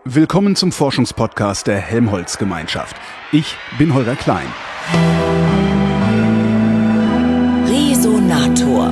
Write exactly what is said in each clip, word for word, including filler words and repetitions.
Willkommen zum Forschungspodcast der Helmholtz-Gemeinschaft. Ich bin Holger Klein. Resonator.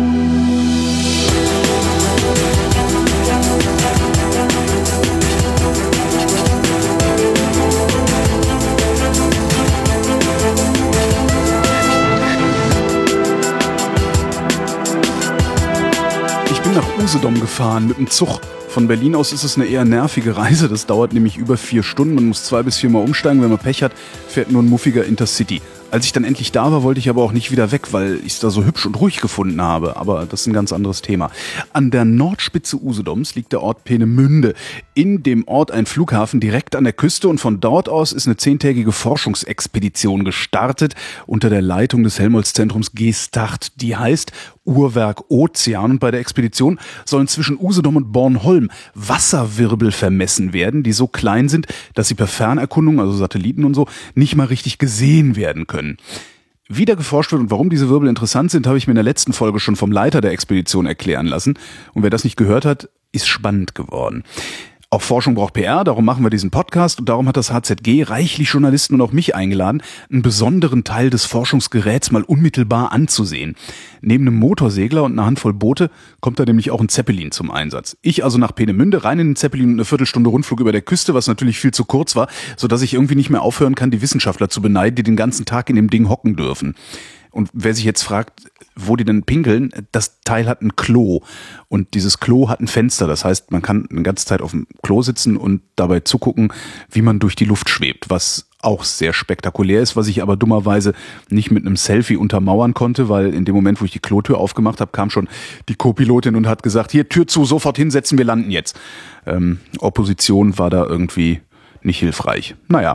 Ich bin nach Usedom gefahren mit dem Zug. Von Berlin aus ist es eine eher nervige Reise. Das dauert nämlich über vier Stunden. Man muss zwei bis viermal umsteigen. Wenn man Pech hat, fährt nur ein muffiger Intercity. Als ich dann endlich da war, wollte ich aber auch nicht wieder weg, weil ich es da so hübsch und ruhig gefunden habe. Aber das ist ein ganz anderes Thema. An der Nordspitze Usedoms liegt der Ort Peenemünde. In dem Ort ein Flughafen direkt an der Küste. Und von dort aus ist eine zehntägige Forschungsexpedition gestartet unter der Leitung des Helmholtz-Zentrums Geesthacht. Die heißt Uhrwerk Ozean. Und bei der Expedition sollen zwischen Usedom und Bornholm Wasserwirbel vermessen werden, die so klein sind, dass sie per Fernerkundung, also Satelliten und so, nicht mal richtig gesehen werden können. Wie da geforscht wird und warum diese Wirbel interessant sind, habe ich mir in der letzten Folge schon vom Leiter der Expedition erklären lassen. Und wer das nicht gehört hat, ist spannend geworden. Auch Forschung braucht P R, darum machen wir diesen Podcast und darum hat das H Z G reichlich Journalisten und auch mich eingeladen, einen besonderen Teil des Forschungsgeräts mal unmittelbar anzusehen. Neben einem Motorsegler und einer Handvoll Boote kommt da nämlich auch ein Zeppelin zum Einsatz. Ich also nach Peenemünde, rein in den Zeppelin und eine Viertelstunde Rundflug über der Küste, was natürlich viel zu kurz war, sodass ich irgendwie nicht mehr aufhören kann, die Wissenschaftler zu beneiden, die den ganzen Tag in dem Ding hocken dürfen. Und wer sich jetzt fragt, wo die denn pinkeln, das Teil hat ein Klo und dieses Klo hat ein Fenster. Das heißt, man kann eine ganze Zeit auf dem Klo sitzen und dabei zugucken, wie man durch die Luft schwebt, was auch sehr spektakulär ist, was ich aber dummerweise nicht mit einem Selfie untermauern konnte, weil in dem Moment, wo ich die Klotür aufgemacht habe, kam schon die Co-Pilotin und hat gesagt, hier, Tür zu, sofort hinsetzen, wir landen jetzt. Ähm, Opposition war da irgendwie nicht hilfreich. Naja.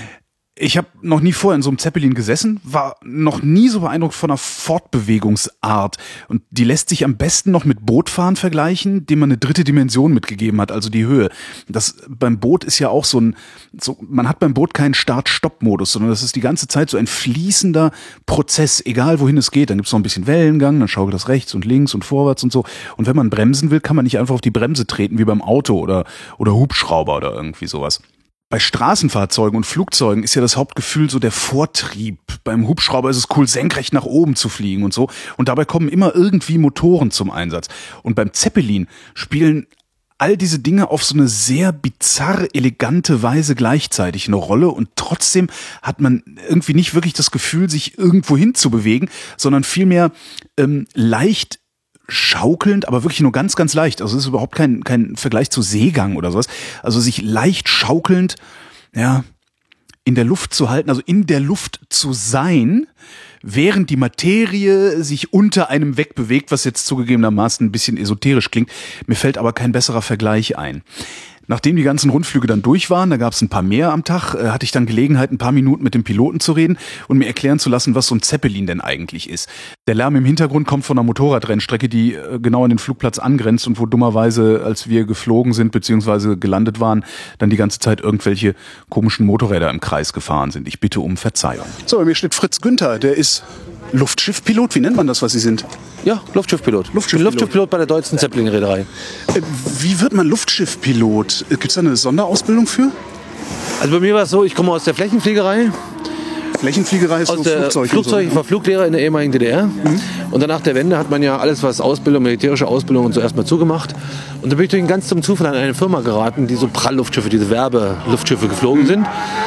Ich habe noch nie vorher in so einem Zeppelin gesessen, war noch nie so beeindruckt von einer Fortbewegungsart. Und die lässt sich am besten noch mit Bootfahren vergleichen, dem man eine dritte Dimension mitgegeben hat, also die Höhe. Das beim Boot ist ja auch so ein, so, man hat beim Boot keinen Start-Stopp-Modus, sondern das ist die ganze Zeit so ein fließender Prozess, egal wohin es geht. Dann gibt's noch ein bisschen Wellengang, dann schaukelt das rechts und links und vorwärts und so. Und wenn man bremsen will, kann man nicht einfach auf die Bremse treten wie beim Auto oder, oder Hubschrauber oder irgendwie sowas. Bei Straßenfahrzeugen und Flugzeugen ist ja das Hauptgefühl so der Vortrieb. Beim Hubschrauber ist es cool, senkrecht nach oben zu fliegen und so. Und dabei kommen immer irgendwie Motoren zum Einsatz. Und beim Zeppelin spielen all diese Dinge auf so eine sehr bizarr elegante Weise gleichzeitig eine Rolle. Und trotzdem hat man irgendwie nicht wirklich das Gefühl, sich irgendwo hin zu bewegen, sondern vielmehr ähm, leicht schaukelnd, aber wirklich nur ganz, ganz leicht. Also es ist überhaupt kein, kein Vergleich zu Seegang oder sowas. Also sich leicht schaukelnd, ja, in der Luft zu halten, also in der Luft zu sein, während die Materie sich unter einem wegbewegt, was jetzt zugegebenermaßen ein bisschen esoterisch klingt. Mir fällt aber kein besserer Vergleich ein. Nachdem die ganzen Rundflüge dann durch waren, da gab es ein paar mehr am Tag, äh, hatte ich dann Gelegenheit, ein paar Minuten mit dem Piloten zu reden und mir erklären zu lassen, was so ein Zeppelin denn eigentlich ist. Der Lärm im Hintergrund kommt von einer Motorradrennstrecke, die äh, genau an den Flugplatz angrenzt und wo dummerweise, als wir geflogen sind bzw. gelandet waren, dann die ganze Zeit irgendwelche komischen Motorräder im Kreis gefahren sind. Ich bitte um Verzeihung. So, bei mir steht Fritz Günther, der ist Luftschiffpilot. Wie nennt man das, was Sie sind? Ja, Luftschiffpilot. Luftschiffpilot. Ich bin Luftschiffpilot bei der Deutschen Zeppelin-Reederei. Äh, wie wird man Luftschiffpilot? Gibt es da eine Sonderausbildung für? Also bei mir war es so, ich komme aus der Flächenfliegerei. Flächenfliegerei ist aus so der Flugzeug. Flugzeug, und so, ich war Fluglehrer in der ehemaligen D D R. Mhm. Und dann nach der Wende hat man ja alles, was Ausbildung, militärische Ausbildung und so erstmal zugemacht. Und da bin ich durch ganz zum Zufall an eine Firma geraten, die so Prallluftschiffe, diese Werbeluftschiffe geflogen mhm. sind.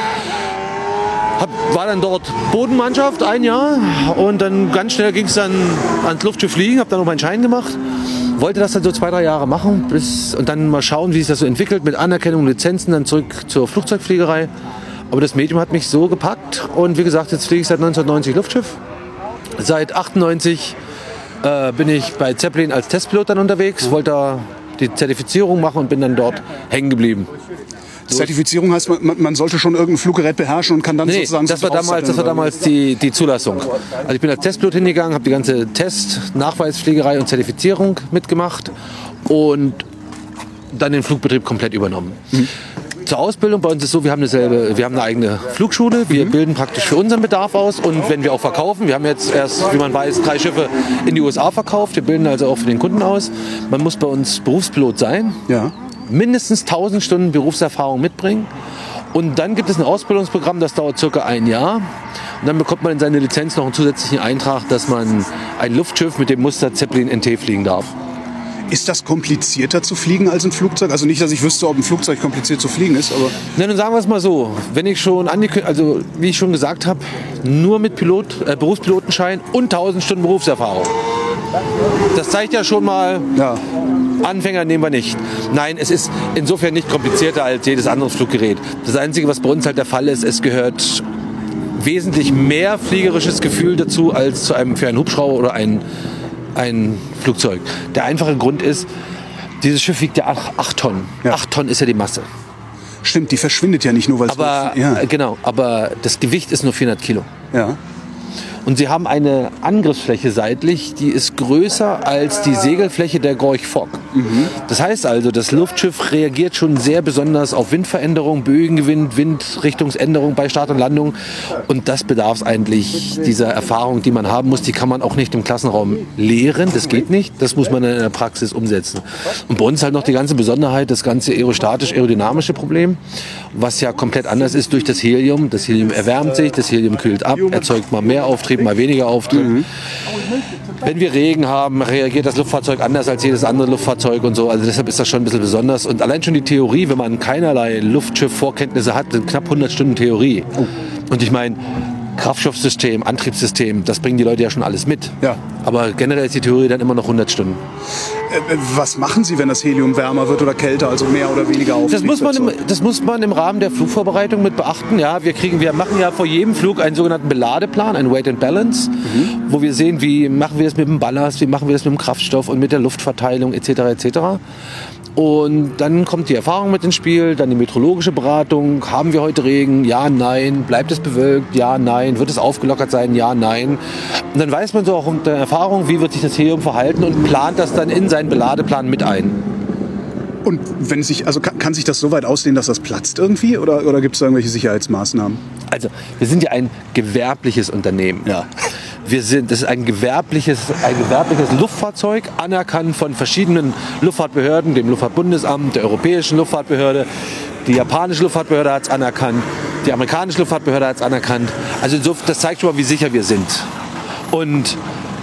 Hab, war dann dort Bodenmannschaft ein Jahr und dann ganz schnell ging es dann ans Luftschiff fliegen, habe dann noch meinen Schein gemacht, wollte das dann so zwei, drei Jahre machen bis, und dann mal schauen, wie sich das so entwickelt mit Anerkennung, Lizenzen, dann zurück zur Flugzeugfliegerei. Aber das Medium hat mich so gepackt und wie gesagt, jetzt fliege ich seit neunzehnhundertneunzig Luftschiff. Seit achtundneunzig äh, bin ich bei Zeppelin als Testpilot dann unterwegs, wollte da die Zertifizierung machen und bin dann dort hängen geblieben. Zertifizierung heißt, man, man sollte schon irgendein Fluggerät beherrschen und kann dann nee, sozusagen... das war damals, das war damals die, die Zulassung. Also ich bin als Testpilot hingegangen, habe die ganze Test-, Nachweisfliegerei und Zertifizierung mitgemacht und dann den Flugbetrieb komplett übernommen. Mhm. Zur Ausbildung, bei uns ist so, wir haben, eine, wir haben eine eigene Flugschule, wir mhm. bilden praktisch für unseren Bedarf aus und wenn wir auch verkaufen, wir haben jetzt erst, wie man weiß, drei Schiffe in die U S A verkauft, wir bilden also auch für den Kunden aus. Man muss bei uns Berufspilot sein. Ja. mindestens tausend Stunden Berufserfahrung mitbringen. Und dann gibt es ein Ausbildungsprogramm, das dauert circa ein Jahr. Und dann bekommt man in seine Lizenz noch einen zusätzlichen Eintrag, dass man ein Luftschiff mit dem Muster Zeppelin N T fliegen darf. Ist das komplizierter zu fliegen als ein Flugzeug? Also nicht, dass ich wüsste, ob ein Flugzeug kompliziert zu fliegen ist, aber... Na, dann sagen wir es mal so. Wenn ich schon angekündigt, also wie ich schon gesagt habe, nur mit Pilot, äh, Berufspilotenschein und tausend Stunden Berufserfahrung. Das zeigt ja schon mal, ja. Anfänger nehmen wir nicht. Nein, es ist insofern nicht komplizierter als jedes andere Fluggerät. Das Einzige, was bei uns halt der Fall ist, es gehört wesentlich mehr fliegerisches Gefühl dazu als zu einem für einen Hubschrauber oder ein ein Flugzeug. Der einfache Grund ist, dieses Schiff wiegt ja acht Tonnen. Ja. acht Tonnen ist ja die Masse. Stimmt, die verschwindet ja nicht nur, weil es... Aber, ja. genau, aber das Gewicht ist nur vierhundert Kilo. Ja. Und sie haben eine Angriffsfläche seitlich, die ist größer als die Segelfläche der Gorch Fock. Mhm. Das heißt also, das Luftschiff reagiert schon sehr besonders auf Windveränderung, Böengewind, Windrichtungsänderung bei Start und Landung. Und das bedarf eigentlich dieser Erfahrung, die man haben muss. Die kann man auch nicht im Klassenraum lehren, das geht nicht. Das muss man in der Praxis umsetzen. Und bei uns halt noch die ganze Besonderheit, das ganze aerostatisch-aerodynamische Problem, was ja komplett anders ist durch das Helium. Das Helium erwärmt sich, das Helium kühlt ab, erzeugt mal mehr Auftrieb, mal weniger Auftrieb. Mhm. Wenn wir Regen haben, reagiert das Luftfahrzeug anders als jedes andere Luftfahrzeug und so. Also deshalb ist das schon ein bisschen besonders. Und allein schon die Theorie, wenn man keinerlei Luftschiff-Vorkenntnisse hat, sind knapp hundert Stunden Theorie. Oh. Und ich meine, Kraftstoffsystem, Antriebssystem, das bringen die Leute ja schon alles mit. Ja. Aber generell ist die Theorie dann immer noch hundert Stunden. Äh, was machen Sie, wenn das Helium wärmer wird oder kälter, also mehr oder weniger auftrieb? Das muss man im, das muss man im Rahmen der Flugvorbereitung mit beachten. Ja, wir, kriegen, wir machen ja vor jedem Flug einen sogenannten Beladeplan, einen Weight and Balance, mhm. wo wir sehen, wie machen wir das mit dem Ballast, wie machen wir das mit dem Kraftstoff und mit der Luftverteilung et cetera et cetera. Und dann kommt die Erfahrung mit ins Spiel, dann die meteorologische Beratung. Haben wir heute Regen? Ja, nein. Bleibt es bewölkt? Ja, nein. Wird es aufgelockert sein? Ja, nein. Und dann weiß man so auch unter Erfahrung, wie wird sich das Helium verhalten und plant das dann in seinen Beladeplan mit ein. Und wenn sich, also kann, kann sich das so weit ausdehnen, dass das platzt irgendwie? Oder, oder gibt es da irgendwelche Sicherheitsmaßnahmen? Also, wir sind ja ein gewerbliches Unternehmen. Ja. Wir sind, das ist ein gewerbliches, ein gewerbliches Luftfahrzeug, anerkannt von verschiedenen Luftfahrtbehörden, dem Luftfahrtbundesamt, der Europäischen Luftfahrtbehörde. Die japanische Luftfahrtbehörde hat es anerkannt, die amerikanische Luftfahrtbehörde hat es anerkannt. Also das zeigt schon mal, wie sicher wir sind. Und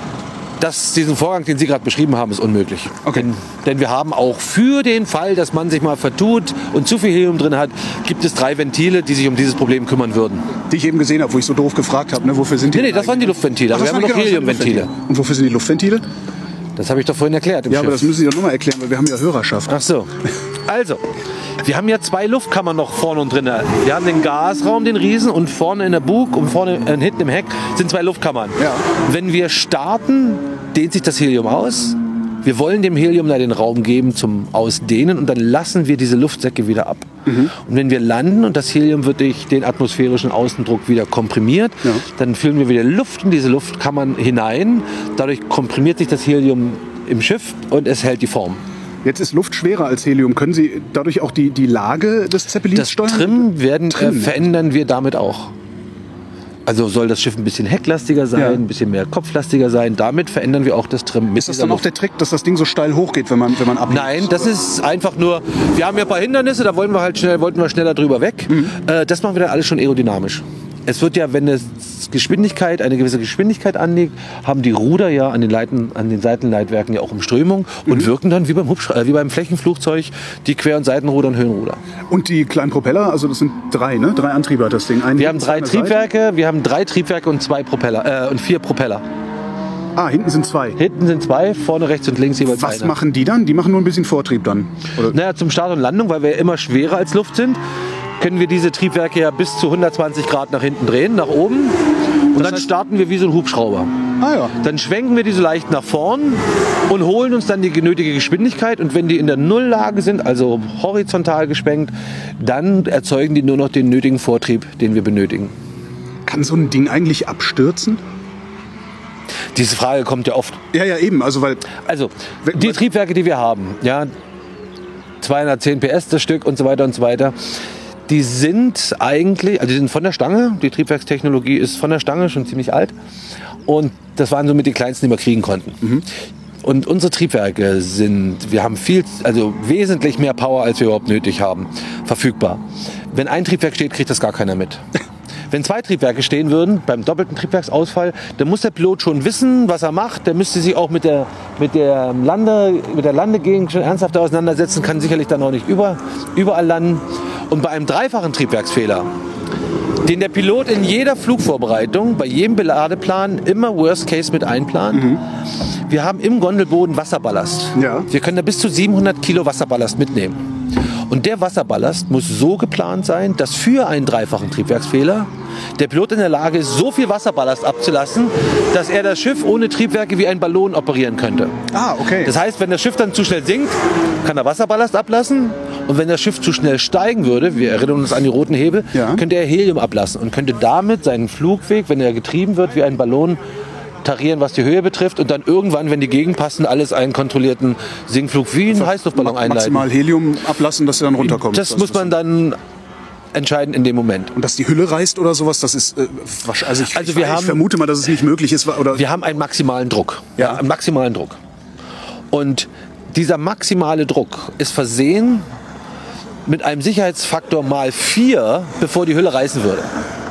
das, diesen Vorgang, den Sie gerade beschrieben haben, ist unmöglich. Okay. Denn, denn wir haben auch für den Fall, dass man sich mal vertut und zu viel Helium drin hat, gibt es drei Ventile, die sich um dieses Problem kümmern würden. Die ich eben gesehen habe, wo ich so doof gefragt habe, ne? Wofür sind die? Nee, nee, das waren die Luftventile. Ach, wir haben noch genau, Heliumventile. Und wofür sind die Luftventile? Das habe ich doch vorhin erklärt im Ja, Schiff. aber das müssen Sie doch nochmal erklären, weil wir haben ja Hörerschaft. Ach so. Also, wir haben ja zwei Luftkammern noch vorne und drinnen. Wir haben den Gasraum, den Riesen, und vorne in der Bug und vorne äh, hinten im Heck sind zwei Luftkammern. Ja. Wenn wir starten, dehnt sich das Helium aus. Wir wollen dem Helium da den Raum geben zum Ausdehnen und dann lassen wir diese Luftsäcke wieder ab. Mhm. Und wenn wir landen und das Helium wird durch den atmosphärischen Außendruck wieder komprimiert, ja. dann füllen wir wieder Luft in diese Luftkammern hinein. Dadurch komprimiert sich das Helium im Schiff und es hält die Form. Jetzt ist Luft schwerer als Helium. Können Sie dadurch auch die, die Lage des Zeppelins das steuern? Das Trim, werden, Trim äh, verändern wir damit auch. Also soll das Schiff ein bisschen hecklastiger sein, ja. ein bisschen mehr kopflastiger sein. Damit verändern wir auch das Trim. Ist das dann auch der Trick, dass das Ding so steil hochgeht, wenn man, wenn man abhebt? Nein, das ist einfach nur, wir haben ja ein paar Hindernisse, da wollen wir halt schnell, wollten wir schneller drüber weg. Mhm. Äh, das machen wir dann alles schon aerodynamisch. Es wird ja, wenn es Geschwindigkeit, eine gewisse Geschwindigkeit anliegt, haben die Ruder ja an den, Leiten, an den Seitenleitwerken ja auch Umströmung mhm. und wirken dann wie beim, Hubsch- äh, wie beim Flächenflugzeug die Quer- und Seitenruder und Höhenruder. Und die kleinen Propeller, also das sind drei, ne? Drei Antriebe hat das Ding. Einen wir haben drei Triebwerke, Seite. wir haben drei Triebwerke und zwei Propeller äh, und vier Propeller. Ah, hinten sind zwei. Hinten sind zwei, vorne rechts und links jeweils Was einer. machen die dann? Die machen nur ein bisschen Vortrieb dann? Oder? Naja, zum Start und Landung, weil wir immer schwerer als Luft sind, können wir diese Triebwerke ja bis zu hundertzwanzig Grad nach hinten drehen, nach oben. Und das dann starten wir wie so ein Hubschrauber. Ah, ja. Dann schwenken wir die so leicht nach vorn und holen uns dann die nötige Geschwindigkeit. Und wenn die in der Nulllage sind, also horizontal geschwenkt, dann erzeugen die nur noch den nötigen Vortrieb, den wir benötigen. Kann so ein Ding eigentlich abstürzen? Diese Frage kommt ja oft. Ja, ja, eben. Also, weil, also die Triebwerke, die wir haben, ja, zweihundertzehn P S das Stück und so weiter und so weiter, die sind eigentlich, also die sind von der Stange, die Triebwerkstechnologie ist von der Stange, schon ziemlich alt. Und das waren somit die kleinsten, die wir kriegen konnten. Mhm. Und unsere Triebwerke sind, wir haben viel, also wesentlich mehr Power, als wir überhaupt nötig haben, verfügbar. Wenn ein Triebwerk steht, kriegt das gar keiner mit. Wenn zwei Triebwerke stehen würden, beim doppelten Triebwerksausfall, dann muss der Pilot schon wissen, was er macht. Der müsste sich auch mit der, mit der, Lande, mit der Landegegend schon ernsthaft auseinandersetzen, kann sicherlich dann auch nicht über, überall landen. Und bei einem dreifachen Triebwerksfehler, den der Pilot in jeder Flugvorbereitung, bei jedem Beladeplan immer Worst Case mit einplant. Mhm. Wir haben im Gondelboden Wasserballast. Ja. Wir können da bis zu siebenhundert Kilo Wasserballast mitnehmen. Und der Wasserballast muss so geplant sein, dass für einen dreifachen Triebwerksfehler der Pilot in der Lage ist, so viel Wasserballast abzulassen, dass er das Schiff ohne Triebwerke wie ein Ballon operieren könnte. Ah, okay. Das heißt, wenn das Schiff dann zu schnell sinkt, kann er Wasserballast ablassen. Und wenn das Schiff zu schnell steigen würde, wir erinnern uns an die roten Hebel, ja. könnte er Helium ablassen und könnte damit seinen Flugweg, wenn er getrieben wird, wie ein Ballon tarieren, was die Höhe betrifft, und dann irgendwann, wenn die Gegend passen, alles einen kontrollierten Sinkflug wie einen Heißluftballon einleiten. Maximal Helium ablassen, dass er dann runterkommt. Das, das muss man dann entscheiden in dem Moment. Und dass die Hülle reißt oder sowas, das ist, äh, also ich, also ich, wir ich haben, vermute mal, dass es nicht möglich ist. Oder? Wir haben einen maximalen Druck. Ja. Ja, einen maximalen Druck. Und dieser maximale Druck ist versehen mit einem Sicherheitsfaktor mal vier, bevor die Hülle reißen würde.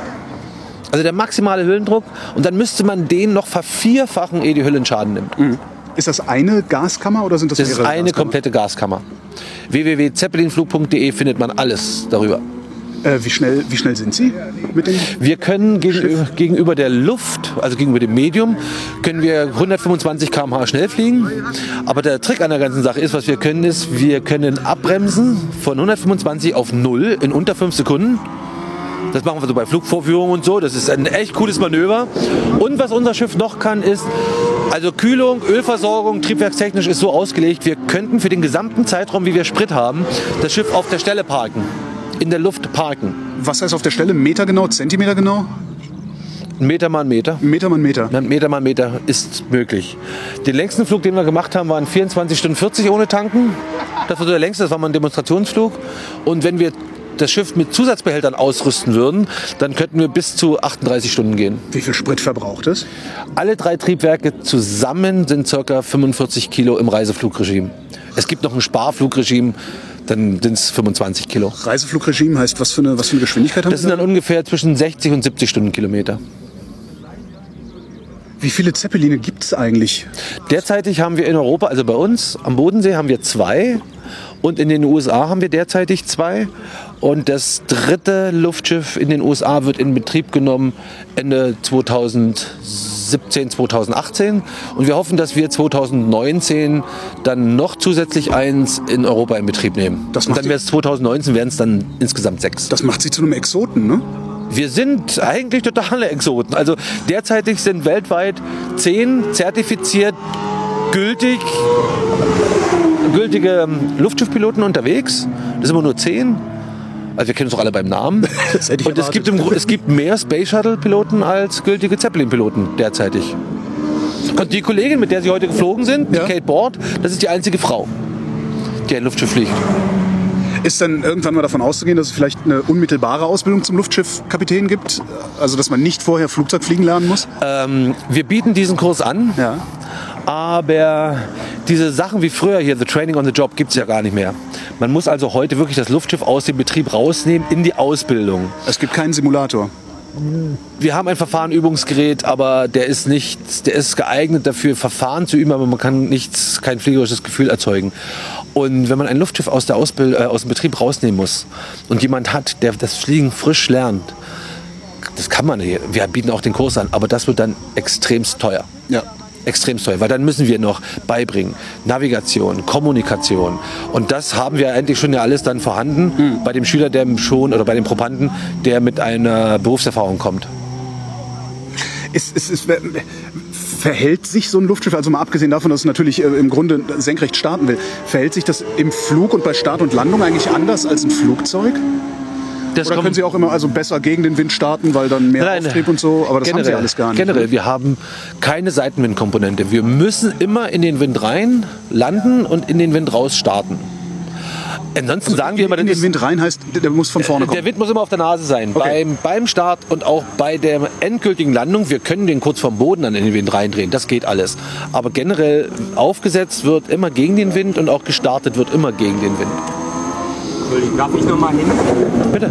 Also der maximale Hüllendruck, und dann müsste man den noch vervierfachen, ehe die Hülle einen Schaden nimmt. Mhm. Ist das eine Gaskammer oder sind das Das mehrere? Das ist eine Gaskammer? komplette Gaskammer. w w w punkt zeppelinflug punkt de findet man alles darüber. Äh, wie, schnell, wie schnell sind Sie mit dem? Wir können gegenüber, gegenüber der Luft, also gegenüber dem Medium, können wir hundertfünfundzwanzig Kilometer pro Stunde schnell fliegen. Aber der Trick an der ganzen Sache ist, was wir können, ist, wir können abbremsen von hundertfünfundzwanzig auf null in unter fünf Sekunden. Das machen wir so bei Flugvorführungen und so. Das ist ein echt cooles Manöver. Und was unser Schiff noch kann, ist, also Kühlung, Ölversorgung, triebwerkstechnisch ist so ausgelegt, wir könnten für den gesamten Zeitraum, wie wir Sprit haben, das Schiff auf der Stelle parken. In der Luft parken. Was heißt auf der Stelle? Meter genau, Zentimeter genau? Ein Meter mal ein Meter. Meter mal ein Meter. Ein Meter mal ein Meter ist möglich. Den längsten Flug, den wir gemacht haben, waren vierundzwanzig Stunden vierzig ohne Tanken. Das war so der längste, das war mal ein Demonstrationsflug. Und wenn wir das Schiff mit Zusatzbehältern ausrüsten würden, dann könnten wir bis zu achtunddreißig Stunden gehen. Wie viel Sprit verbraucht es? Alle drei Triebwerke zusammen sind ca. fünfundvierzig Kilo im Reiseflugregime. Es gibt noch ein Sparflugregime, dann sind es fünfundzwanzig Kilo. Reiseflugregime heißt, was für eine, was für eine Geschwindigkeit haben Das sind dann ungefähr zwischen sechzig und siebzig Stundenkilometer. Wie viele Zeppeline gibt es eigentlich? Derzeitig haben wir in Europa, also bei uns am Bodensee haben wir zwei, und in den U S A haben wir derzeitig zwei. Und das dritte Luftschiff in den U S A wird in Betrieb genommen Ende zweitausendsiebzehn, zweitausendachtzehn. Und wir hoffen, dass wir zweitausendneunzehn dann noch zusätzlich eins in Europa in Betrieb nehmen. Das und dann wäre es zweitausendneunzehn, wären es dann insgesamt sechs. Das macht sie zu einem Exoten, ne? Wir sind eigentlich totale Exoten. Also derzeitig sind weltweit zehn zertifiziert gültig, gültige Luftschiffpiloten unterwegs. Das sind immer nur zehn. Also wir kennen uns doch alle beim Namen. Das hätte ich Und es erwartet. gibt, im, es gibt mehr Space Shuttle Piloten als gültige Zeppelin-Piloten derzeitig. Und die Kollegin, mit der Sie heute geflogen sind, Ja. die Kate Board, das ist die einzige Frau, die ein Luftschiff fliegt. Ist dann irgendwann mal davon auszugehen, dass es vielleicht eine unmittelbare Ausbildung zum Luftschiffkapitän gibt? Also dass man nicht vorher Flugzeug fliegen lernen muss? Ähm, wir bieten diesen Kurs an. Ja. Aber diese Sachen wie früher hier, the Training on the Job, gibt es ja gar nicht mehr. Man muss also heute wirklich das Luftschiff aus dem Betrieb rausnehmen in die Ausbildung. Es gibt keinen Simulator. Wir haben ein Verfahrenübungsgerät, aber der ist nicht, der ist geeignet dafür, Verfahren zu üben, aber man kann nichts, kein fliegerisches Gefühl erzeugen. Und wenn man ein Luftschiff aus, der Ausbild, äh, aus dem Betrieb rausnehmen muss und jemand hat, der das Fliegen frisch lernt, das kann man hier. Wir bieten auch den Kurs an, aber das wird dann extremst teuer. Ja. Extrem teuer, weil dann müssen wir noch beibringen, Navigation, Kommunikation, und das haben wir eigentlich schon ja alles dann vorhanden mhm. bei dem Schüler, der schon, oder bei dem Probanden, der mit einer Berufserfahrung kommt. Ist, ist, ist, verhält sich so ein Luftschiff, also mal abgesehen davon, dass es natürlich äh, im Grunde senkrecht starten will, verhält sich das im Flug und bei Start und Landung eigentlich anders als ein Flugzeug? Das Oder können Sie auch immer also besser gegen den Wind starten, weil dann mehr Nein, Auftrieb und so? Aber das generell, haben Sie alles gar nicht. Generell, ne? wir haben keine Seitenwindkomponente. Wir müssen immer in den Wind rein landen und in den Wind raus starten. Ansonsten Also sagen wir immer, in das den ist, Wind rein heißt, der muss von vorne kommen. der Wind muss immer auf der Nase sein. Okay. Beim, beim Start und auch bei der endgültigen Landung. Wir können den kurz vom Boden dann in den Wind reindrehen. Das geht alles. Aber generell aufgesetzt wird immer gegen den Wind und auch gestartet wird immer gegen den Wind. Entschuldigung, darf ich noch mal hin? Bitte.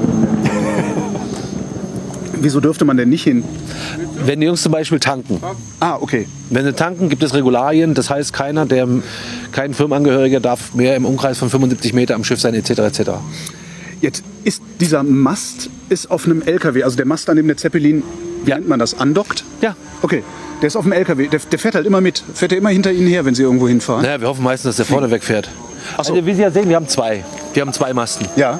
Wieso dürfte man denn nicht hin? Wenn die Jungs zum Beispiel tanken. Ah, okay. Wenn sie tanken, gibt es Regularien. Das heißt, keiner, der, kein Firmenangehöriger darf mehr im Umkreis von fünfundsiebzig Meter am Schiff sein, et cetera et cetera. Jetzt ist dieser Mast ist auf einem L K W, also der Mast, an dem der Zeppelin, wie Ja. nennt man das, andockt? Ja. Okay, der ist auf dem L K W, der, der fährt halt immer mit, fährt er immer hinter Ihnen her, wenn Sie irgendwo hinfahren? Naja, wir hoffen meistens, dass der vorne wegfährt. Ach so. Also, wie Sie ja sehen, wir haben zwei. Wir haben zwei Masten. Ja.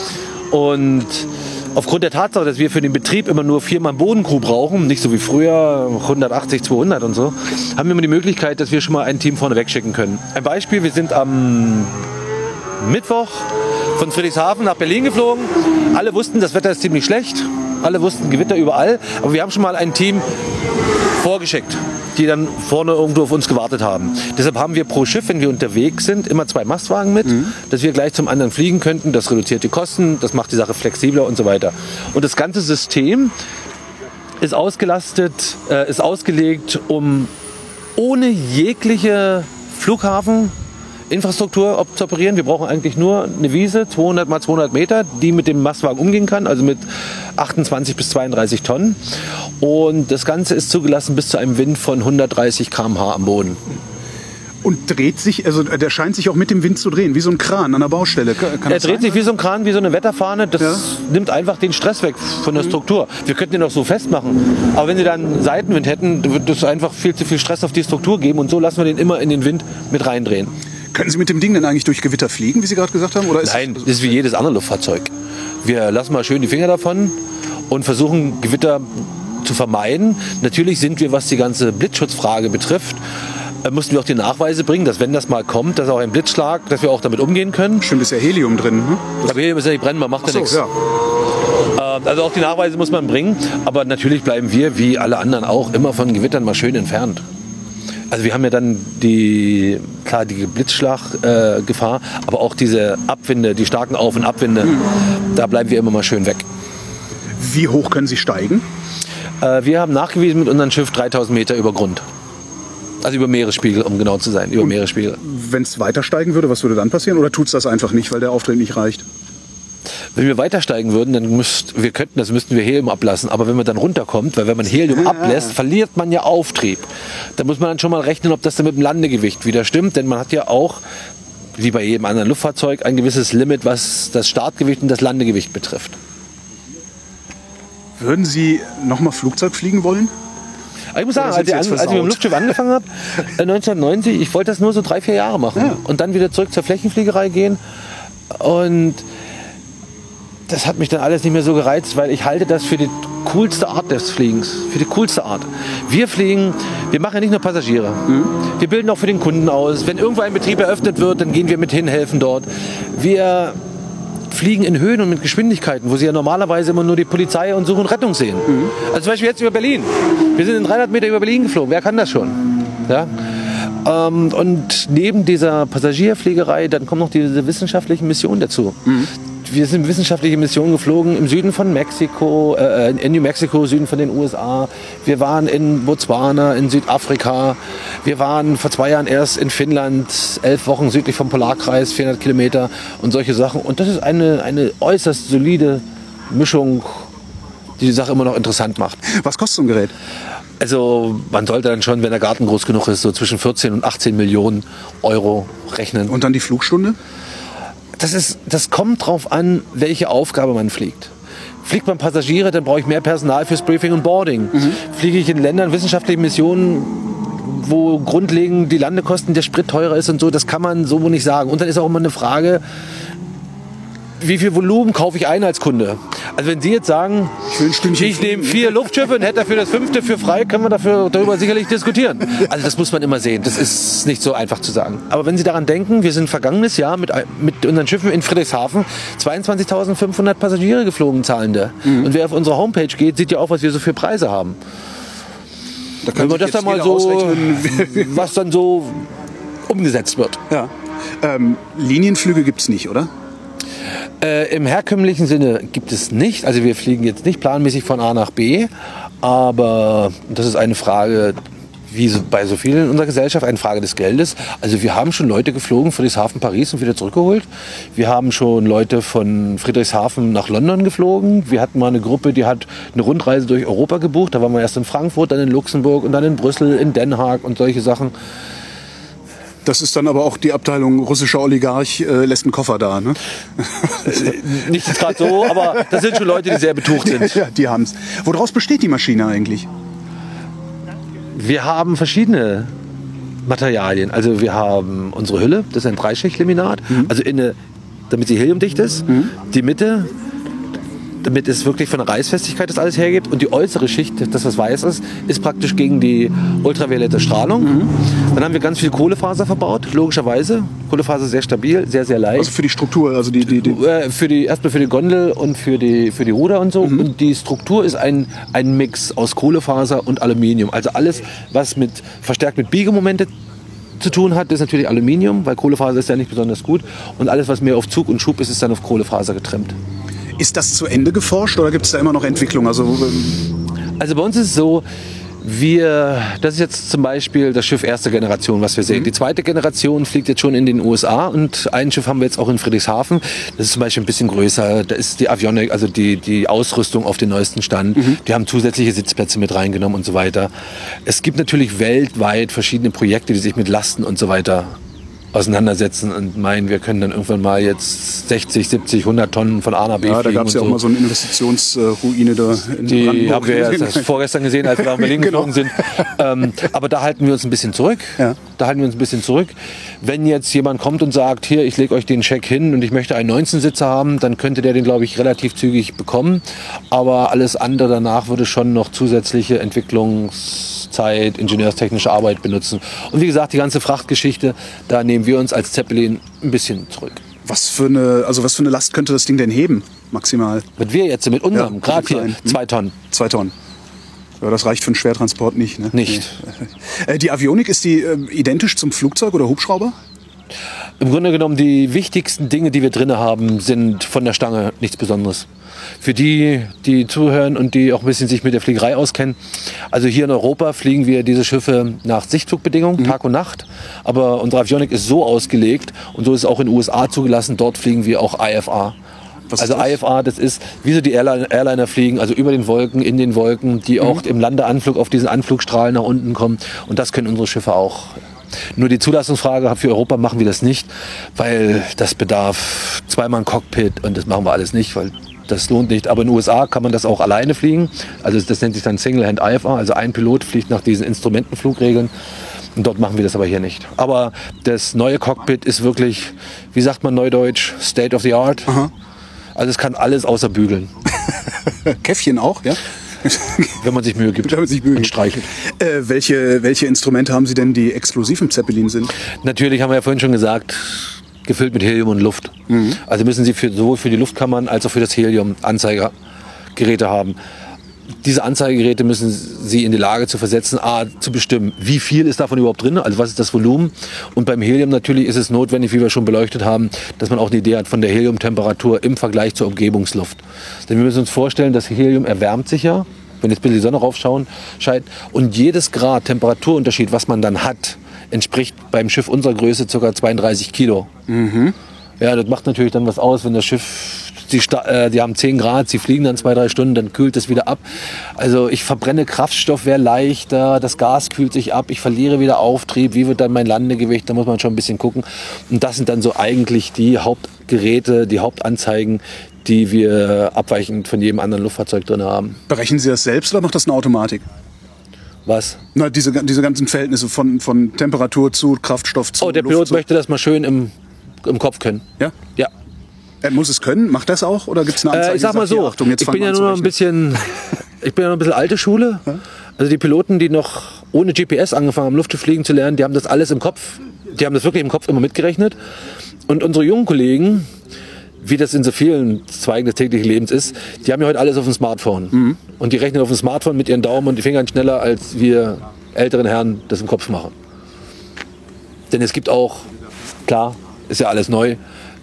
Und aufgrund der Tatsache, dass wir für den Betrieb immer nur viermal Bodencrew brauchen, nicht so wie früher hundertachtzig, zweihundert und so, haben wir immer die Möglichkeit, dass wir schon mal ein Team vorne wegschicken können. Ein Beispiel, wir sind am Mittwoch von Friedrichshafen nach Berlin geflogen. Alle wussten, das Wetter ist ziemlich schlecht. Alle wussten, Gewitter überall. Aber wir haben schon mal ein Team vorgeschickt, die dann vorne irgendwo auf uns gewartet haben. Deshalb haben wir pro Schiff, wenn wir unterwegs sind, immer zwei Mastwagen mit, mhm. dass wir gleich zum anderen fliegen könnten. Das reduziert die Kosten, das macht die Sache flexibler und so weiter. Und das ganze System ist ausgelastet, äh, ist ausgelegt, um ohne jegliche Flughafen Infrastruktur zu operieren. Wir brauchen eigentlich nur eine Wiese, zweihundert mal zweihundert Meter, die mit dem Mastwagen umgehen kann, also mit achtundzwanzig bis zweiunddreißig Tonnen. Und das Ganze ist zugelassen bis zu einem Wind von hundertdreißig Kilometer pro Stunde am Boden. Und dreht sich, also der scheint sich auch mit dem Wind zu drehen, wie so ein Kran an der Baustelle. Kann, kann er das dreht sein? sich wie so ein Kran, wie so eine Wetterfahne. Das Ja. nimmt einfach den Stress weg von der Struktur. Wir könnten ihn auch so festmachen. Aber wenn Sie dann Seitenwind hätten, würde es einfach viel zu viel Stress auf die Struktur geben. Und so lassen wir den immer in den Wind mit reindrehen. Können Sie mit dem Ding denn eigentlich durch Gewitter fliegen, wie Sie gerade gesagt haben? Oder ist Nein, das ist wie jedes andere Luftfahrzeug. Wir lassen mal schön die Finger davon und versuchen, Gewitter zu vermeiden. Natürlich sind wir, was die ganze Blitzschutzfrage betrifft, äh, mussten wir auch die Nachweise bringen, dass wenn das mal kommt, dass auch ein Blitzschlag, dass wir auch damit umgehen können. Stimmt, ist ja Helium drin. Ne? Aber Helium ist ja nicht brennbar, macht Ach ja so, nichts. ja. Äh, also auch die Nachweise muss man bringen. Aber natürlich bleiben wir, wie alle anderen auch, immer von Gewittern mal schön entfernt. Also wir haben ja dann die, klar, die Blitzschlaggefahr, äh, Gefahr, aber auch diese Abwinde, die starken Auf- und Abwinde, mhm. da bleiben wir immer mal schön weg. Wie hoch können Sie steigen? Äh, wir haben nachgewiesen mit unserem Schiff dreitausend Meter über Grund. Also über Meeresspiegel, um genau zu sein, über und Meeresspiegel. Wenn es weiter steigen würde, was würde dann passieren? Oder tut es das einfach nicht, weil der Auftrieb nicht reicht? Wenn wir weiter steigen würden, dann müsst, wir könnten das, müssten wir Helium ablassen. Aber wenn man dann runterkommt, weil wenn man Helium ablässt, verliert man ja Auftrieb. Da muss man dann schon mal rechnen, ob das dann mit dem Landegewicht wieder stimmt. Denn man hat ja auch, wie bei jedem anderen Luftfahrzeug, ein gewisses Limit, was das Startgewicht und das Landegewicht betrifft. Würden Sie nochmal Flugzeug fliegen wollen? Aber ich muss sagen, Oder als sind ich, Sie an, jetzt als ich mit dem versaut? Luftschiff angefangen habe, äh, neunzehnhundertneunzig, ich wollte das nur so drei, vier Jahre machen. Ja. Und dann wieder zurück zur Flächenfliegerei gehen. Und das hat mich dann alles nicht mehr so gereizt, weil ich halte das für die coolste Art des Fliegens. Für die coolste Art. Wir fliegen, wir machen ja nicht nur Passagiere. Mhm. Wir bilden auch für den Kunden aus. Wenn irgendwo ein Betrieb eröffnet wird, dann gehen wir mit hin, helfen dort. Wir fliegen in Höhen und mit Geschwindigkeiten, wo Sie ja normalerweise immer nur die Polizei und Such und Rettung sehen. Mhm. Also zum Beispiel jetzt über Berlin. Wir sind in dreihundert Meter über Berlin geflogen. Wer kann das schon? Ja? Ähm, und neben dieser Passagierfliegerei, dann kommen noch diese wissenschaftlichen Missionen dazu. Mhm. Wir sind wissenschaftliche Missionen geflogen im Süden von Mexiko, äh, in New Mexico, Süden von den U S A. Wir waren in Botswana, in Südafrika. Wir waren vor zwei Jahren erst in Finnland, elf Wochen südlich vom Polarkreis, vierhundert Kilometer und solche Sachen. Und das ist eine, eine äußerst solide Mischung, die die Sache immer noch interessant macht. Was kostet so ein Gerät? Also man sollte dann schon, wenn der Garten groß genug ist, so zwischen vierzehn und achtzehn Millionen Euro rechnen. Und dann die Flugstunde? Das, ist, das kommt drauf an, welche Aufgabe man fliegt. Fliegt man Passagiere, dann brauche ich mehr Personal fürs Briefing und Boarding. Mhm. Fliege ich in Ländern wissenschaftliche Missionen, wo grundlegend die Landekosten, der Sprit teurer ist und so, das kann man so nicht sagen. Und dann ist auch immer eine Frage, wie viel Volumen kaufe ich ein als Kunde? Also wenn Sie jetzt sagen, ich, ich nehme vier Luftschiffe und hätte dafür das fünfte für frei, können wir dafür, darüber sicherlich diskutieren. Also das muss man immer sehen. Das ist nicht so einfach zu sagen. Aber wenn Sie daran denken, wir sind vergangenes Jahr mit, mit unseren Schiffen in Friedrichshafen zweiundzwanzigtausendfünfhundert Passagiere geflogen, Zahlende. Mhm. Und wer auf unsere Homepage geht, sieht ja auch, was wir so für Preise haben. Da wenn man das dann mal so, was dann so umgesetzt wird. Ja. Ähm, Linienflüge gibt es nicht, oder? Äh, Im herkömmlichen Sinne gibt es nicht. Also wir fliegen jetzt nicht planmäßig von A nach B, aber das ist eine Frage, wie so bei so vielen in unserer Gesellschaft, eine Frage des Geldes. Also wir haben schon Leute geflogen von Friedrichshafen Paris und wieder zurückgeholt. Wir haben schon Leute von Friedrichshafen nach London geflogen. Wir hatten mal eine Gruppe, die hat eine Rundreise durch Europa gebucht. Da waren wir erst in Frankfurt, dann in Luxemburg und dann in Brüssel, in Den Haag und solche Sachen. Das ist dann aber auch die Abteilung russischer Oligarch, äh, lässt einen Koffer da, ne? Äh, nicht gerade so, aber das sind schon Leute, die sehr betucht sind. Ja, die haben's. Woraus besteht die Maschine eigentlich? Wir haben verschiedene Materialien. Also wir haben unsere Hülle, das ist ein Dreischichtlaminat, mhm. also inne, damit sie heliumdicht ist. Mhm. Die Mitte, damit es wirklich von der Reißfestigkeit das alles hergibt. Und die äußere Schicht, das was weiß ist, ist praktisch gegen die ultraviolette Strahlung. Mhm. Dann haben wir ganz viel Kohlefaser verbaut, logischerweise. Kohlefaser sehr stabil, sehr, sehr leicht. Also für die Struktur, also die... die, die für die erstmal für die Gondel und für die, für die Ruder und so. Mhm. Und die Struktur ist ein, ein Mix aus Kohlefaser und Aluminium. Also alles, was mit verstärkt mit Biegemomente zu tun hat, ist natürlich Aluminium, weil Kohlefaser ist ja nicht besonders gut. Und alles, was mehr auf Zug und Schub ist, ist dann auf Kohlefaser getrimmt. Ist das zu Ende geforscht oder gibt es da immer noch Entwicklung? Also, also bei uns ist es so, wir, das ist jetzt zum Beispiel das Schiff erste Generation, was wir sehen. Mhm. Die zweite Generation fliegt jetzt schon in den U S A und ein Schiff haben wir jetzt auch in Friedrichshafen. Das ist zum Beispiel ein bisschen größer. Da ist die Avionik, also die, die Ausrüstung auf den neuesten Stand. Mhm. Die haben zusätzliche Sitzplätze mit reingenommen und so weiter. Es gibt natürlich weltweit verschiedene Projekte, die sich mit Lasten und so weiter auseinandersetzen und meinen, wir können dann irgendwann mal jetzt sechzig, siebzig, hundert Tonnen von A nach B ja, fliegen. Da gab es ja auch so. mal so eine Investitionsruine da in Die Brandenburg. haben wir jetzt vorgestern gesehen, als wir nach Berlin genau. geflogen sind. Ähm, aber da halten wir uns ein bisschen zurück. Ja. Da halten wir uns ein bisschen zurück. Wenn jetzt jemand kommt und sagt, hier, ich lege euch den Scheck hin und ich möchte einen neunzehn-Sitzer haben, dann könnte der den, glaube ich, relativ zügig bekommen. Aber alles andere danach würde schon noch zusätzliche Entwicklungszeit, ingenieurstechnische Arbeit benutzen. Und wie gesagt, die ganze Frachtgeschichte, da nehmen wir uns als Zeppelin ein bisschen zurück. Was für eine, also was für eine Last könnte das Ding denn heben, maximal? Was wir jetzt mit unserem, ja, gerade hier, hm? zwei Tonnen. Zwei Tonnen. Ja, das reicht für einen Schwertransport nicht. Ne? Nicht. Nee. Die Avionik, ist die äh, identisch zum Flugzeug oder Hubschrauber? Im Grunde genommen, die wichtigsten Dinge, die wir drin haben, sind von der Stange nichts Besonderes. Für die, die zuhören und die auch ein bisschen sich mit der Fliegerei auskennen. Also hier in Europa fliegen wir diese Schiffe nach Sichtflugbedingungen, mhm. Tag und Nacht. Aber unsere Avionik ist so ausgelegt und so ist es auch in den U S A zugelassen. Dort fliegen wir auch I F A. Was also I F A, das ist, wie so die Airliner, Airliner fliegen, also über den Wolken, in den Wolken, die mhm. auch im Landeanflug auf diesen Anflugstrahl nach unten kommen. Und das können unsere Schiffe auch. Nur die Zulassungsfrage für Europa machen wir das nicht, weil das bedarf zweimal ein Cockpit und das machen wir alles nicht, weil das lohnt nicht. Aber in den U S A kann man das auch alleine fliegen. Also das nennt sich dann Single-Hand I F A, also ein Pilot fliegt nach diesen Instrumentenflugregeln. Und dort machen wir das aber hier nicht. Aber das neue Cockpit ist wirklich, wie sagt man neudeutsch, State of the Art. Aha. Also es kann alles außer bügeln. Käffchen auch, ja? Wenn man sich Mühe gibt Wenn man sich Mühe und gibt. streichelt. Äh, welche, welche Instrumente haben Sie denn, die exklusiv im Zeppelin sind? Natürlich haben wir ja vorhin schon gesagt, gefüllt mit Helium und Luft. Mhm. Also müssen Sie für, sowohl für die Luftkammern als auch für das Helium Anzeigergeräte haben. Diese Anzeigegeräte müssen Sie in die Lage zu versetzen, A, zu bestimmen, wie viel ist davon überhaupt drin, also was ist das Volumen. Und beim Helium natürlich ist es notwendig, wie wir schon beleuchtet haben, dass man auch eine Idee hat von der Heliumtemperatur im Vergleich zur Umgebungsluft. Denn wir müssen uns vorstellen, das Helium erwärmt sich ja, wenn jetzt ein bisschen die Sonne raufschauen, scheint. Und jedes Grad Temperaturunterschied, was man dann hat, entspricht beim Schiff unserer Größe ca. zweiunddreißig Kilo. Mhm. Ja, das macht natürlich dann was aus, wenn das Schiff... Die, äh, die haben zehn Grad, sie fliegen dann zwei, drei Stunden, dann kühlt es wieder ab. Also ich verbrenne Kraftstoff, wäre leichter, das Gas kühlt sich ab, ich verliere wieder Auftrieb, wie wird dann mein Landegewicht, da muss man schon ein bisschen gucken. Und das sind dann so eigentlich die Hauptgeräte, die Hauptanzeigen, die wir abweichend von jedem anderen Luftfahrzeug drin haben. Berechnen Sie das selbst oder macht das eine Automatik? Was? Na, diese, diese ganzen Verhältnisse von, von Temperatur zu Kraftstoff zu Oh, der Luft Pilot zu. möchte das mal schön im, im Kopf können. Ja? Ja. Er muss es können? Macht das auch? Oder gibt es eine Anzeige? Äh, ich sag mal so, hier, Achtung, jetzt ich bin ja nur noch ein bisschen, ich bin ja noch ein bisschen alte Schule. Ja? Also die Piloten, die noch ohne G P S angefangen haben, Luftschiff fliegen zu lernen, die haben das alles im Kopf. Die haben das wirklich im Kopf immer mitgerechnet. Und unsere jungen Kollegen, wie das in so vielen Zweigen des täglichen Lebens ist, die haben ja heute alles auf dem Smartphone. Mhm. Und die rechnen auf dem Smartphone mit ihren Daumen und die Fingern schneller, als wir älteren Herren das im Kopf machen. Denn es gibt auch, klar, ist ja alles neu,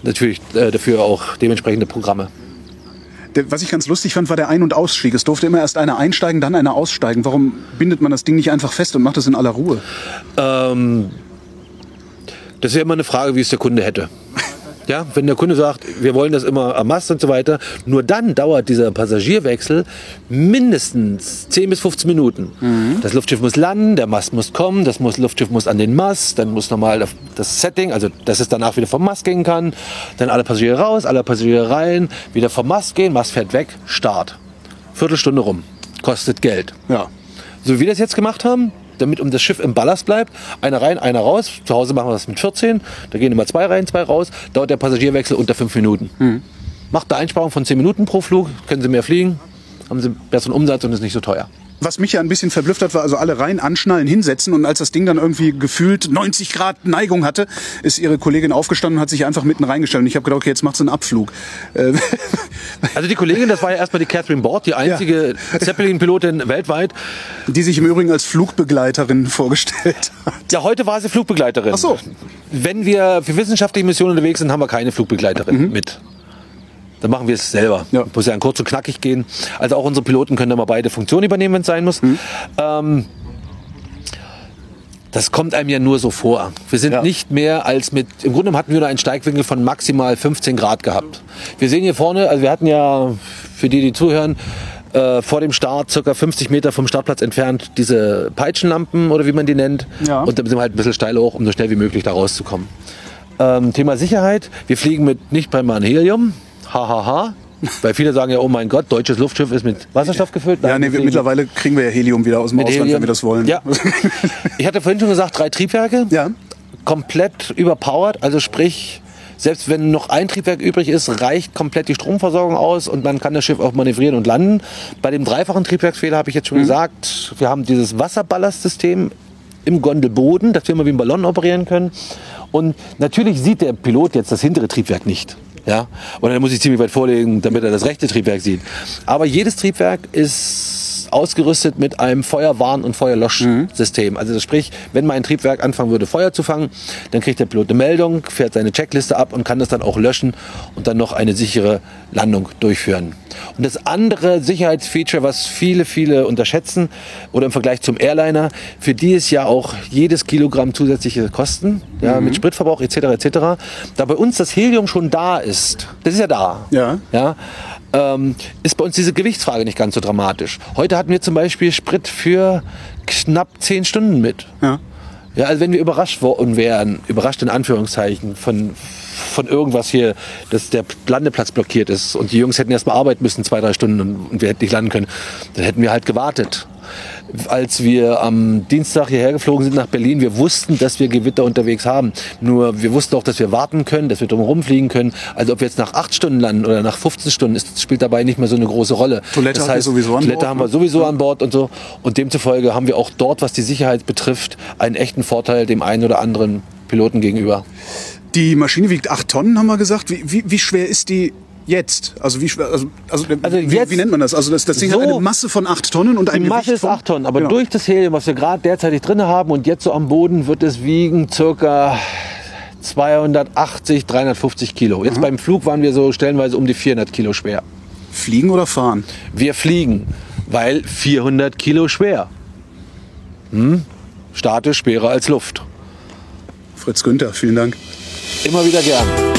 natürlich äh, dafür auch dementsprechende Programme. Was ich ganz lustig fand, war der Ein- und Ausstieg. Es durfte immer erst einer einsteigen, dann einer aussteigen. Warum bindet man das Ding nicht einfach fest und macht es in aller Ruhe? Ähm, das ist ja immer eine Frage, wie es der Kunde hätte. Ja, wenn der Kunde sagt, wir wollen das immer am Mast und so weiter, nur dann dauert dieser Passagierwechsel mindestens zehn bis fünfzehn Minuten. Mhm. Das Luftschiff muss landen, der Mast muss kommen, das muss, Luftschiff muss an den Mast, dann muss nochmal das Setting, also dass es danach wieder vom Mast gehen kann, dann alle Passagiere raus, alle Passagiere rein, wieder vom Mast gehen, Mast fährt weg, Start. Viertelstunde rum, kostet Geld. Ja. So wie wir das jetzt gemacht haben, damit um das Schiff im Ballast bleibt. Einer rein, einer raus. Zu Hause machen wir das mit vierzehn. Da gehen immer zwei rein, zwei raus. Dauert der Passagierwechsel unter fünf Minuten. Mhm. Macht eine Einsparung von zehn Minuten pro Flug. Können Sie mehr fliegen. Haben Sie besseren Umsatz und ist nicht so teuer. Was mich ja ein bisschen verblüfft hat, war also alle rein, anschnallen, hinsetzen. Und als das Ding dann irgendwie gefühlt neunzig Grad Neigung hatte, ist ihre Kollegin aufgestanden und hat sich einfach mitten reingestellt. Und ich habe gedacht, okay, jetzt macht sie einen Abflug. Also die Kollegin, das war ja erstmal die Catherine Bord, die einzige ja. Zeppelin-Pilotin weltweit. Die sich im Übrigen als Flugbegleiterin vorgestellt hat. Ja, heute war sie Flugbegleiterin. Ach so. Wenn wir für wissenschaftliche Missionen unterwegs sind, haben wir keine Flugbegleiterin mhm. mit. Dann machen wir es selber. Ja. Muss ja kurz und knackig gehen. Also auch unsere Piloten können da mal beide Funktionen übernehmen, wenn es sein muss. Mhm. Ähm, das kommt einem ja nur so vor. Wir sind ja. nicht mehr als mit, im Grunde hatten wir nur einen Steigwinkel von maximal fünfzehn Grad gehabt. Wir sehen hier vorne, also wir hatten ja, für die, die zuhören, äh, vor dem Start, circa fünfzig Meter vom Startplatz entfernt, diese Peitschenlampen oder wie man die nennt. Ja. Und dann sind wir halt ein bisschen steil hoch, um so schnell wie möglich da rauszukommen. Ähm, Thema Sicherheit. Wir fliegen mit nicht primaren Helium. Hahaha. Ha, ha. Weil viele sagen ja, oh mein Gott, deutsches Luftschiff ist mit Wasserstoff gefüllt. Ja, nee, wir, mittlerweile kriegen wir ja Helium wieder aus dem Ausland, Helium. Wenn wir das wollen. Ja. Ich hatte vorhin schon gesagt, drei Triebwerke. Ja. Komplett überpowered. Also sprich, selbst wenn noch ein Triebwerk übrig ist, reicht komplett die Stromversorgung aus und man kann das Schiff auch manövrieren und landen. Bei dem dreifachen Triebwerksfehler habe ich jetzt schon mhm. gesagt, wir haben dieses Wasserballastsystem im Gondelboden, dass wir mal wie ein Ballon operieren können. Und natürlich sieht der Pilot jetzt das hintere Triebwerk nicht. Ja? Oder dann muss ich ziemlich weit vorlegen, damit er das rechte Triebwerk sieht. Aber jedes Triebwerk ist ausgerüstet mit einem Feuerwarn- und Feuerlöschsystem. Mhm. Also das sprich, wenn mal ein Triebwerk anfangen würde, Feuer zu fangen, dann kriegt der Pilot eine Meldung, fährt seine Checkliste ab und kann das dann auch löschen und dann noch eine sichere Landung durchführen. Und das andere Sicherheitsfeature, was viele, viele unterschätzen, oder im Vergleich zum Airliner, für die ist ja auch jedes Kilogramm zusätzliche Kosten, ja, mhm. mit Spritverbrauch et cetera et cetera. Da bei uns das Helium schon da ist, das ist ja da, ja. Ja, ähm, ist bei uns diese Gewichtsfrage nicht ganz so dramatisch. Heute hatten wir zum Beispiel Sprit für knapp zehn Stunden mit. Ja. Ja, also wenn wir überrascht worden wären, überrascht in Anführungszeichen, von, von irgendwas hier, dass der Landeplatz blockiert ist und die Jungs hätten erst mal arbeiten müssen, zwei, drei Stunden und, und wir hätten nicht landen können, dann hätten wir halt gewartet. Als wir am Dienstag hierher geflogen sind nach Berlin, wir wussten, dass wir Gewitter unterwegs haben. Nur wir wussten auch, dass wir warten können, dass wir drumherum fliegen können. Also ob wir jetzt nach acht Stunden landen oder nach fünfzehn Stunden, ist, spielt dabei nicht mehr so eine große Rolle. Toilette das heißt, heißt, sowieso an Toilette Bord, haben wir sowieso an Bord und so. Und demzufolge haben wir auch dort, was die Sicherheit betrifft, einen echten Vorteil dem einen oder anderen Piloten gegenüber. Die Maschine wiegt acht Tonnen, haben wir gesagt. Wie, wie, wie schwer ist die jetzt? Also wie schwer? Also, also, also wie, jetzt wie nennt man das? Also das, das Ding so hat eine Masse von acht Tonnen und ein Die Masse Gewicht ist von acht Tonnen, aber genau. durch das Helium, was wir gerade derzeitig drin haben und jetzt so am Boden, wird es wiegen circa zweihundertachtzig, dreihundertfünfzig Kilo. Jetzt Aha. beim Flug waren wir so stellenweise um die vierhundert Kilo schwer. Fliegen oder fahren? Wir fliegen, weil vierhundert Kilo schwer. Hm? Statisch schwerer als Luft. Fritz Günther, vielen Dank. Immer wieder gern.